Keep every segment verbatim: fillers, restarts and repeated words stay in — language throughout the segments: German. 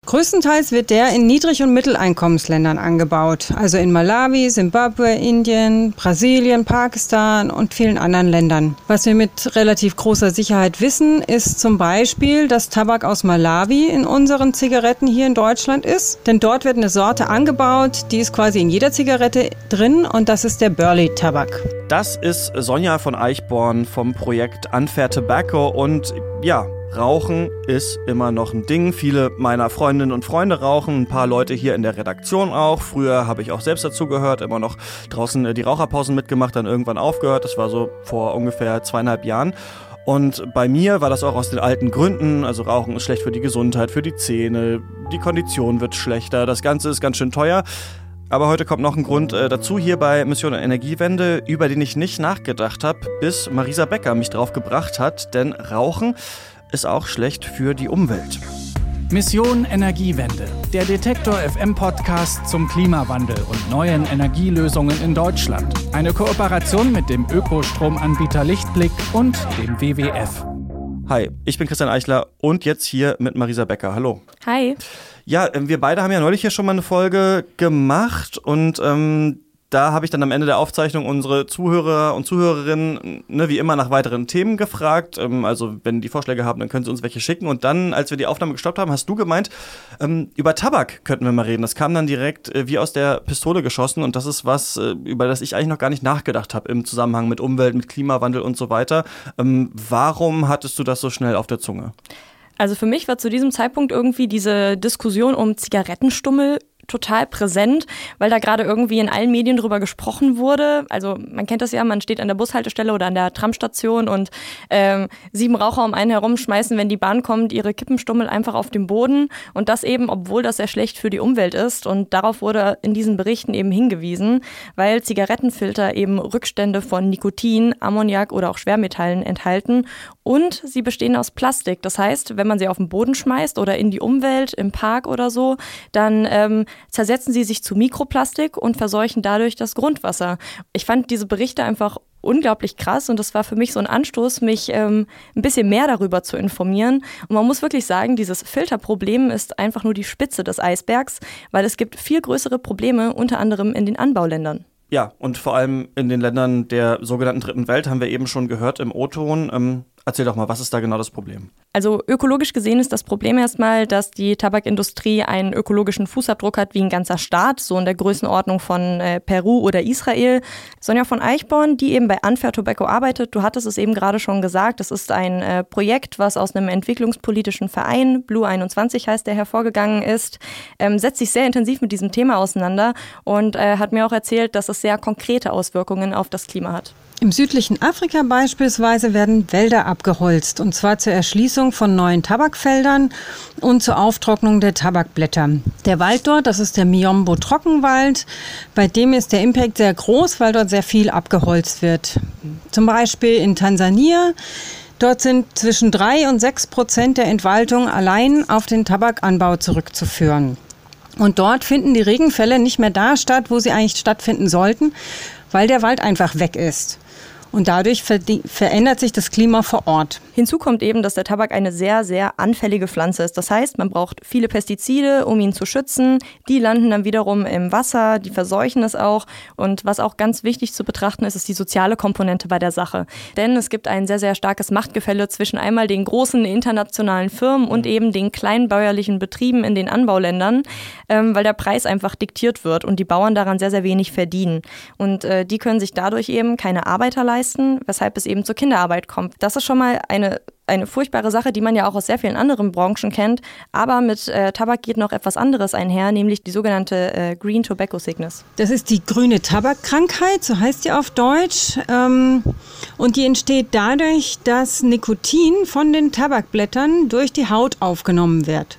Größtenteils wird der in Niedrig- und Mitteleinkommensländern angebaut, also in Malawi, Simbabwe, Indien, Brasilien, Pakistan und vielen anderen Ländern. Was wir mit relativ großer Sicherheit wissen, ist zum Beispiel, dass Tabak aus Malawi in unseren Zigaretten hier in Deutschland ist. Denn dort wird eine Sorte angebaut, die ist quasi in jeder Zigarette drin und das ist der Burley-Tabak. Das ist Sonja von Eichborn vom Projekt Unfair Tobacco und ja, Rauchen ist immer noch ein Ding. Viele meiner Freundinnen und Freunde rauchen, ein paar Leute hier in der Redaktion auch. Früher habe ich auch selbst dazu gehört, immer noch draußen die Raucherpausen mitgemacht, dann irgendwann aufgehört. Das war so vor ungefähr zweieinhalb Jahren. Und bei mir war das auch aus den alten Gründen. Also Rauchen ist schlecht für die Gesundheit, für die Zähne, die Kondition wird schlechter, das Ganze ist ganz schön teuer. Aber heute kommt noch ein Grund äh, dazu hier bei Mission Energiewende, über den ich nicht nachgedacht habe, bis Marisa Becker mich drauf gebracht hat. Denn Rauchen ist auch schlecht für die Umwelt. Mission Energiewende, der Detektor F M Podcast zum Klimawandel und neuen Energielösungen in Deutschland. Eine Kooperation mit dem Ökostromanbieter Lichtblick und dem W W F. Hi, ich bin Christian Eichler und jetzt hier mit Marisa Becker. Hallo. Hi. Ja, wir beide haben ja neulich hier schon mal eine Folge gemacht und ähm, da habe ich dann am Ende der Aufzeichnung unsere Zuhörer und Zuhörerinnen, ne, wie immer, nach weiteren Themen gefragt. Ähm, also wenn die Vorschläge haben, dann können sie uns welche schicken. Und dann, als wir die Aufnahme gestoppt haben, hast du gemeint, ähm, über Tabak könnten wir mal reden. Das kam dann direkt äh, wie aus der Pistole geschossen. Und das ist was, äh, über das ich eigentlich noch gar nicht nachgedacht habe im Zusammenhang mit Umwelt, mit Klimawandel und so weiter. Ähm, warum hattest du das so schnell auf der Zunge? Also für mich war zu diesem Zeitpunkt irgendwie diese Diskussion um Zigarettenstummel total präsent, weil da gerade irgendwie in allen Medien drüber gesprochen wurde. Also man kennt das ja, man steht an der Bushaltestelle oder an der Tramstation und ähm, sieben Raucher um einen herum schmeißen, wenn die Bahn kommt, ihre Kippenstummel einfach auf den Boden und das eben, obwohl das sehr schlecht für die Umwelt ist und darauf wurde in diesen Berichten eben hingewiesen, weil Zigarettenfilter eben Rückstände von Nikotin, Ammoniak oder auch Schwermetallen enthalten und sie bestehen aus Plastik. Das heißt, wenn man sie auf den Boden schmeißt oder in die Umwelt, im Park oder so, dann ähm, zersetzen sie sich zu Mikroplastik und verseuchen dadurch das Grundwasser. Ich fand diese Berichte einfach unglaublich krass und das war für mich so ein Anstoß, mich ähm, ein bisschen mehr darüber zu informieren. Und man muss wirklich sagen, dieses Filterproblem ist einfach nur die Spitze des Eisbergs, weil es gibt viel größere Probleme, unter anderem in den Anbauländern. Ja, und vor allem in den Ländern der sogenannten Dritten Welt, haben wir eben schon gehört im O-Ton. Ähm, erzähl doch mal, was ist da genau das Problem? Also ökologisch gesehen ist das Problem erstmal, dass die Tabakindustrie einen ökologischen Fußabdruck hat wie ein ganzer Staat, so in der Größenordnung von äh, Peru oder Israel. Sonja von Eichborn, die eben bei Unfair Tobacco arbeitet, du hattest es eben gerade schon gesagt, das ist ein äh, Projekt, was aus einem entwicklungspolitischen Verein, Blue einundzwanzig heißt der, hervorgegangen ist, ähm, setzt sich sehr intensiv mit diesem Thema auseinander und äh, hat mir auch erzählt, dass es sehr konkrete Auswirkungen auf das Klima hat. Im südlichen Afrika beispielsweise werden Wälder abgeholzt, und zwar zur Erschließung von neuen Tabakfeldern und zur Auftrocknung der Tabakblätter. Der Wald dort, das ist der Miombo-Trockenwald, bei dem ist der Impact sehr groß, weil dort sehr viel abgeholzt wird. Zum Beispiel in Tansania, dort sind zwischen drei und sechs Prozent der Entwaldung allein auf den Tabakanbau zurückzuführen. Und dort finden die Regenfälle nicht mehr da statt, wo sie eigentlich stattfinden sollten, weil der Wald einfach weg ist. Und dadurch ver- verändert sich das Klima vor Ort. Hinzu kommt eben, dass der Tabak eine sehr, sehr anfällige Pflanze ist. Das heißt, man braucht viele Pestizide, um ihn zu schützen. Die landen dann wiederum im Wasser, die verseuchen es auch. Und was auch ganz wichtig zu betrachten ist, ist die soziale Komponente bei der Sache. Denn es gibt ein sehr, sehr starkes Machtgefälle zwischen einmal den großen internationalen Firmen und eben den kleinbäuerlichen Betrieben in den Anbauländern, ähm, weil der Preis einfach diktiert wird und die Bauern daran sehr, sehr wenig verdienen. Und äh, die können sich dadurch eben keine Arbeiter leisten, weshalb es eben zur Kinderarbeit kommt. Das ist schon mal eine, eine furchtbare Sache, die man ja auch aus sehr vielen anderen Branchen kennt. Aber mit äh, Tabak geht noch etwas anderes einher, nämlich die sogenannte äh, Green Tobacco Sickness. Das ist die grüne Tabakkrankheit, so heißt die auf Deutsch. Ähm, und die entsteht dadurch, dass Nikotin von den Tabakblättern durch die Haut aufgenommen wird.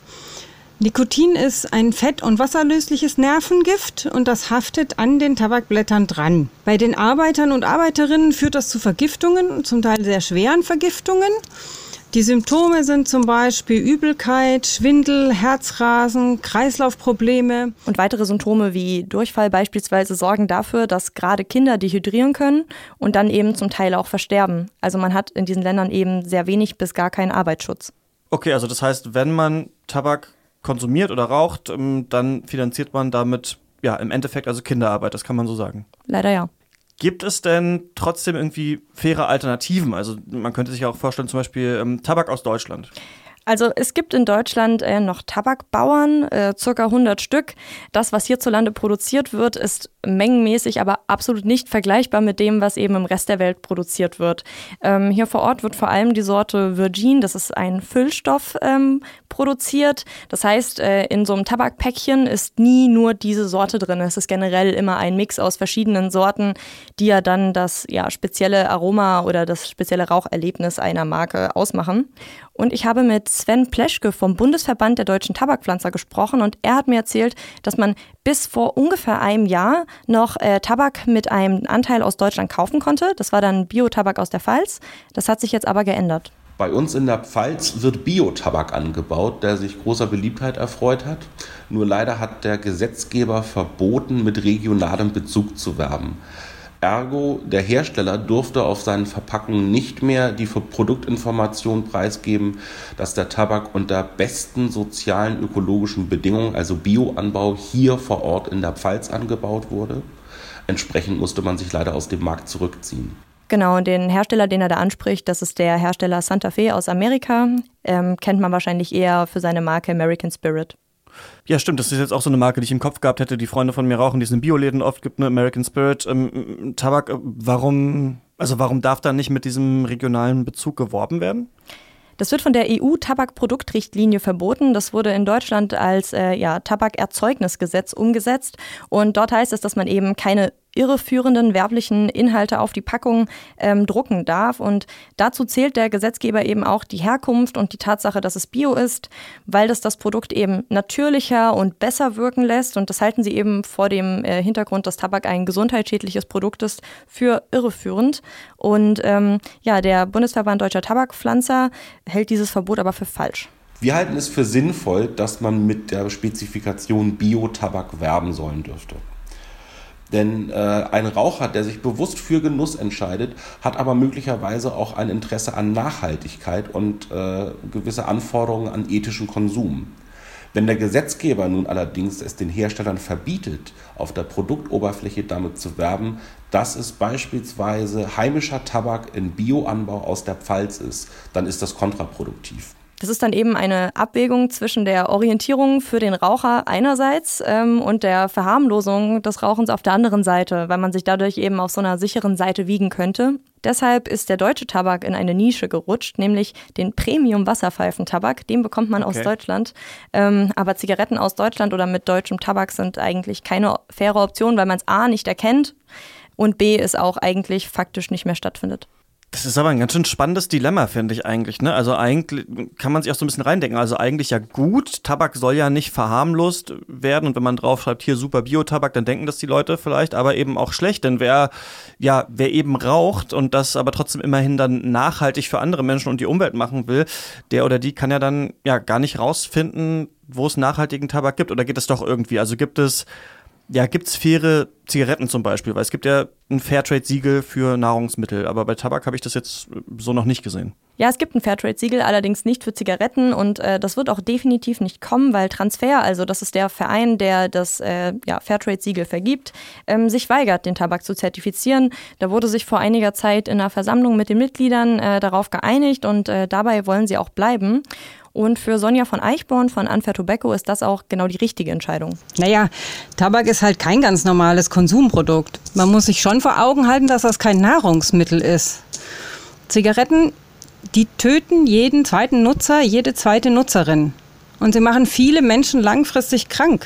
Nikotin ist ein fett- und wasserlösliches Nervengift und das haftet an den Tabakblättern dran. Bei den Arbeitern und Arbeiterinnen führt das zu Vergiftungen, zum Teil sehr schweren Vergiftungen. Die Symptome sind zum Beispiel Übelkeit, Schwindel, Herzrasen, Kreislaufprobleme. Und weitere Symptome wie Durchfall beispielsweise sorgen dafür, dass gerade Kinder dehydrieren können und dann eben zum Teil auch versterben. Also man hat in diesen Ländern eben sehr wenig bis gar keinen Arbeitsschutz. Okay, also das heißt, wenn man Tabak konsumiert oder raucht, dann finanziert man damit ja im Endeffekt also Kinderarbeit, das kann man so sagen. Leider ja. Gibt es denn trotzdem irgendwie faire Alternativen? Also man könnte sich ja auch vorstellen, zum Beispiel ähm, Tabak aus Deutschland. Also es gibt in Deutschland äh, noch Tabakbauern, äh, circa hundert Stück. Das, was hierzulande produziert wird, ist mengenmäßig aber absolut nicht vergleichbar mit dem, was eben im Rest der Welt produziert wird. Ähm, hier vor Ort wird vor allem die Sorte Virgin, das ist ein Füllstoff, ähm, produziert. Das heißt, äh, in so einem Tabakpäckchen ist nie nur diese Sorte drin. Es ist generell immer ein Mix aus verschiedenen Sorten, die ja dann das ja, spezielle Aroma oder das spezielle Raucherlebnis einer Marke ausmachen. Und ich habe mit Sven Pleschke vom Bundesverband der deutschen Tabakpflanzer gesprochen und er hat mir erzählt, dass man bis vor ungefähr einem Jahr noch äh, Tabak mit einem Anteil aus Deutschland kaufen konnte. Das war dann Biotabak aus der Pfalz. Das hat sich jetzt aber geändert. Bei uns in der Pfalz wird Biotabak angebaut, der sich großer Beliebtheit erfreut hat. Nur leider hat der Gesetzgeber verboten, mit regionalem Bezug zu werben. Ergo, der Hersteller durfte auf seinen Verpackungen nicht mehr die Produktinformation preisgeben, dass der Tabak unter besten sozialen, ökologischen Bedingungen, also Bioanbau, hier vor Ort in der Pfalz angebaut wurde. Entsprechend musste man sich leider aus dem Markt zurückziehen. Genau, und den Hersteller, den er da anspricht, das ist der Hersteller Santa Fe aus Amerika. Ähm, kennt man wahrscheinlich eher für seine Marke American Spirit. Ja, stimmt, das ist jetzt auch so eine Marke, die ich im Kopf gehabt hätte, die Freunde von mir rauchen, die es in Bioläden oft gibt, ne, American Spirit. Ähm, Tabak, warum, also warum darf da nicht mit diesem regionalen Bezug geworben werden? Das wird von der E U-Tabakproduktrichtlinie verboten. Das wurde in Deutschland als äh, ja, Tabakerzeugnisgesetz umgesetzt. Und dort heißt es, dass man eben keine irreführenden werblichen Inhalte auf die Packung ähm, drucken darf. Und dazu zählt der Gesetzgeber eben auch die Herkunft und die Tatsache, dass es Bio ist, weil das das Produkt eben natürlicher und besser wirken lässt. Und das halten sie eben vor dem äh, Hintergrund, dass Tabak ein gesundheitsschädliches Produkt ist, für irreführend. Und ähm, ja, der Bundesverband Deutscher Tabakpflanzer hält dieses Verbot aber für falsch. Wir halten es für sinnvoll, dass man mit der Spezifikation Biotabak werben sollen dürfte. Denn äh, ein Raucher, der sich bewusst für Genuss entscheidet, hat aber möglicherweise auch ein Interesse an Nachhaltigkeit und äh, gewisse Anforderungen an ethischen Konsum. Wenn der Gesetzgeber nun allerdings es den Herstellern verbietet, auf der Produktoberfläche damit zu werben, dass es beispielsweise heimischer Tabak in Bioanbau aus der Pfalz ist, dann ist das kontraproduktiv. Das ist dann eben eine Abwägung zwischen der Orientierung für den Raucher einerseits ähm, und der Verharmlosung des Rauchens auf der anderen Seite, weil man sich dadurch eben auf so einer sicheren Seite wiegen könnte. Deshalb ist der deutsche Tabak in eine Nische gerutscht, nämlich den Premium-Wasserpfeifentabak. Den bekommt man okay. aus Deutschland. Ähm, aber Zigaretten aus Deutschland oder mit deutschem Tabak sind eigentlich keine faire Option, weil man es A nicht erkennt und B es auch eigentlich faktisch nicht mehr stattfindet. Das ist aber ein ganz schön spannendes Dilemma, finde ich eigentlich, ne? Also eigentlich kann man sich auch so ein bisschen reindenken. Also eigentlich ja gut, Tabak soll ja nicht verharmlost werden und wenn man draufschreibt, hier super Biotabak, dann denken das die Leute vielleicht, aber eben auch schlecht, denn wer, ja, wer eben raucht und das aber trotzdem immerhin dann nachhaltig für andere Menschen und die Umwelt machen will, der oder die kann ja dann ja gar nicht rausfinden, wo es nachhaltigen Tabak gibt oder geht es doch irgendwie? Also gibt es Ja, gibt's faire Zigaretten zum Beispiel? Weil es gibt ja ein Fairtrade-Siegel für Nahrungsmittel, aber bei Tabak habe ich das jetzt so noch nicht gesehen. Ja, es gibt ein Fairtrade-Siegel, allerdings nicht für Zigaretten und äh, das wird auch definitiv nicht kommen, weil Transfer, also das ist der Verein, der das äh, ja, Fairtrade-Siegel vergibt, ähm, sich weigert, den Tabak zu zertifizieren. Da wurde sich vor einiger Zeit in einer Versammlung mit den Mitgliedern äh, darauf geeinigt und äh, dabei wollen sie auch bleiben. Und für Sonja von Eichborn von Unfair Tobacco ist das auch genau die richtige Entscheidung. Naja, Tabak ist halt kein ganz normales Konsumprodukt. Man muss sich schon vor Augen halten, dass das kein Nahrungsmittel ist. Zigaretten, die töten jeden zweiten Nutzer, jede zweite Nutzerin. Und sie machen viele Menschen langfristig krank.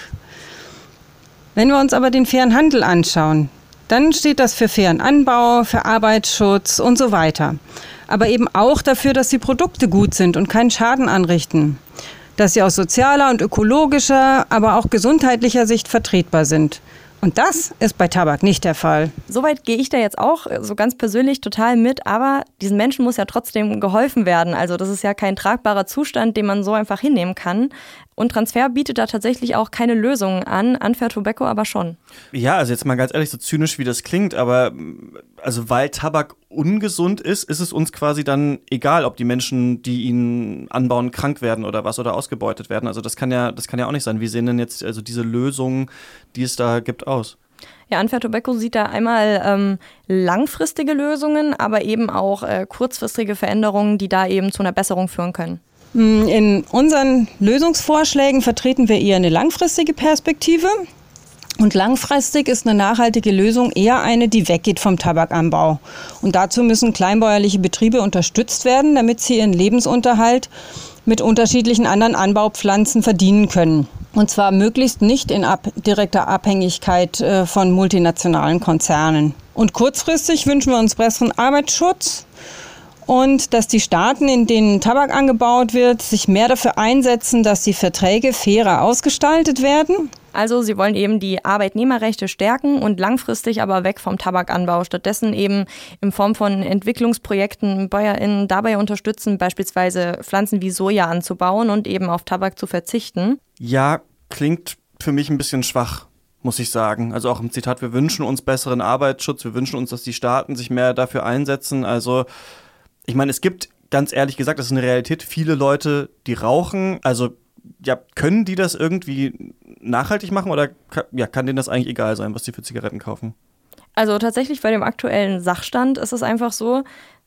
Wenn wir uns aber den fairen Handel anschauen, dann steht das für fairen Anbau, für Arbeitsschutz und so weiter. Aber eben auch dafür, dass die Produkte gut sind und keinen Schaden anrichten. Dass sie aus sozialer und ökologischer, aber auch gesundheitlicher Sicht vertretbar sind. Und das ist bei Tabak nicht der Fall. Soweit gehe ich da jetzt auch so ganz persönlich total mit, aber diesen Menschen muss ja trotzdem geholfen werden. Also das ist ja kein tragbarer Zustand, den man so einfach hinnehmen kann. Und Transfer bietet da tatsächlich auch keine Lösungen an, Unfair Tobacco aber schon. Ja, also jetzt mal ganz ehrlich, so zynisch wie das klingt, aber also weil Tabak ungesund ist, ist es uns quasi dann egal, ob die Menschen, die ihn anbauen, krank werden oder was oder ausgebeutet werden. Also das kann ja, das kann ja auch nicht sein. Wie sehen denn jetzt also diese Lösungen, die es da gibt, aus? Ja, Unfair Tobacco sieht da einmal ähm, langfristige Lösungen, aber eben auch äh, kurzfristige Veränderungen, die da eben zu einer Besserung führen können. In unseren Lösungsvorschlägen vertreten wir eher eine langfristige Perspektive. Und langfristig ist eine nachhaltige Lösung eher eine, die weggeht vom Tabakanbau. Und dazu müssen kleinbäuerliche Betriebe unterstützt werden, damit sie ihren Lebensunterhalt mit unterschiedlichen anderen Anbaupflanzen verdienen können. Und zwar möglichst nicht in ab- direkter Abhängigkeit äh, von multinationalen Konzernen. Und kurzfristig wünschen wir uns besseren Arbeitsschutz und dass die Staaten, in denen Tabak angebaut wird, sich mehr dafür einsetzen, dass die Verträge fairer ausgestaltet werden. Also sie wollen eben die Arbeitnehmerrechte stärken und langfristig aber weg vom Tabakanbau. Stattdessen eben in Form von Entwicklungsprojekten BäuerInnen dabei unterstützen, beispielsweise Pflanzen wie Soja anzubauen und eben auf Tabak zu verzichten. Ja, klingt für mich ein bisschen schwach, muss ich sagen. Also auch im Zitat, wir wünschen uns besseren Arbeitsschutz, wir wünschen uns, dass die Staaten sich mehr dafür einsetzen. Also ich meine, es gibt, ganz ehrlich gesagt, das ist eine Realität, viele Leute, die rauchen. Also ja, können die das irgendwie nachhaltig machen oder kann, ja, kann denen das eigentlich egal sein, was die für Zigaretten kaufen? Also tatsächlich bei dem aktuellen Sachstand ist es einfach so,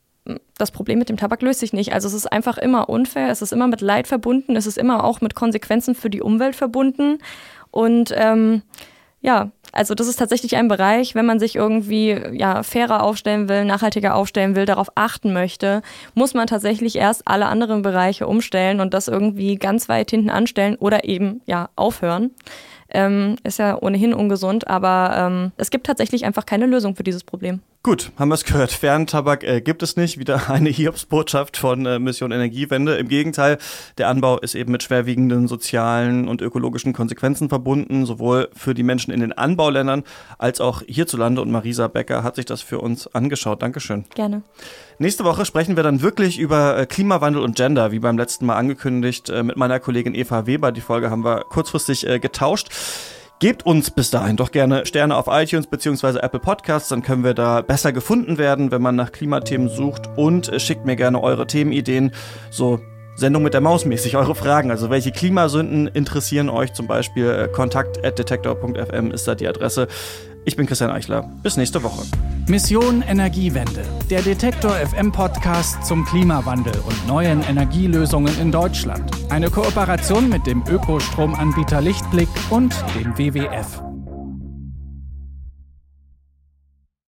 das Problem mit dem Tabak löst sich nicht. Also es ist einfach immer unfair, es ist immer mit Leid verbunden, es ist immer auch mit Konsequenzen für die Umwelt verbunden. Und ähm, ja, also das ist tatsächlich ein Bereich, wenn man sich irgendwie ja, fairer aufstellen will, nachhaltiger aufstellen will, darauf achten möchte, muss man tatsächlich erst alle anderen Bereiche umstellen und das irgendwie ganz weit hinten anstellen oder eben ja aufhören. Ähm, ist ja ohnehin ungesund, aber ähm, es gibt tatsächlich einfach keine Lösung für dieses Problem. Gut, haben wir es gehört. Fairen Tabak äh, gibt es nicht. Wieder eine Hiobsbotschaft von äh, Mission Energiewende. Im Gegenteil, der Anbau ist eben mit schwerwiegenden sozialen und ökologischen Konsequenzen verbunden, sowohl für die Menschen in den Anbauländern als auch hierzulande. Und Marisa Becker hat sich das für uns angeschaut. Dankeschön. Gerne. Nächste Woche sprechen wir dann wirklich über äh, Klimawandel und Gender, wie beim letzten Mal angekündigt, äh, mit meiner Kollegin Eva Weber. Die Folge haben wir kurzfristig äh, getauscht. Gebt uns bis dahin doch gerne Sterne auf iTunes bzw. Apple Podcasts, dann können wir da besser gefunden werden, wenn man nach Klimathemen sucht, und äh, schickt mir gerne eure Themenideen, so Sendung mit der Maus mäßig, eure Fragen. Also welche Klimasünden interessieren euch zum Beispiel? Äh, kontakt at detektor punkt f m ist da die Adresse. Ich bin Christian Eichler. Bis nächste Woche. Mission Energiewende. Der Detektor F M Podcast zum Klimawandel und neuen Energielösungen in Deutschland. Eine Kooperation mit dem Ökostromanbieter Lichtblick und dem W W F.